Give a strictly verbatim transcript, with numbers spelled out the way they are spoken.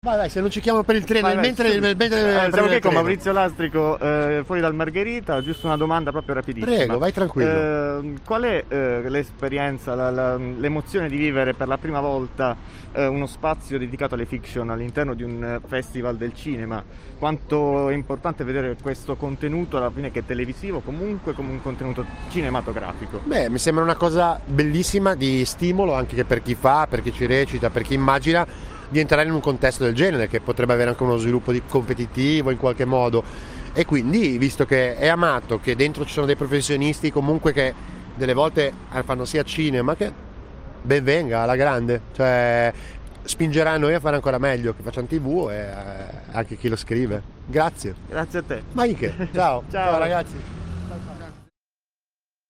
Vai, vai, se non ci chiamano per il treno, Vai, vai, mentre, sì. mentre, Eh, mentre siamo qui il con treno. Maurizio Lastrico, eh, fuori dal Margherita, giusto una domanda proprio rapidissima. Prego, vai tranquillo. Eh, qual è eh, l'esperienza, la- la- l'emozione di vivere per la prima volta eh, uno spazio dedicato alle fiction all'interno di un eh, festival del cinema? Quanto è importante vedere questo contenuto alla fine che è televisivo, comunque come un contenuto cinematografico? Beh, mi sembra una cosa bellissima di stimolo anche per chi fa, per chi ci recita, per chi immagina di entrare in un contesto del genere che potrebbe avere anche uno sviluppo di competitivo in qualche modo, e quindi visto che è amato, che dentro ci sono dei professionisti comunque che delle volte fanno sia cinema, che ben venga alla grande, cioè spingerà noi a fare ancora meglio, che facciamo tivù e eh, anche chi lo scrive. Grazie. Grazie a te. Ma che? Ciao. Ciao. Ciao ragazzi.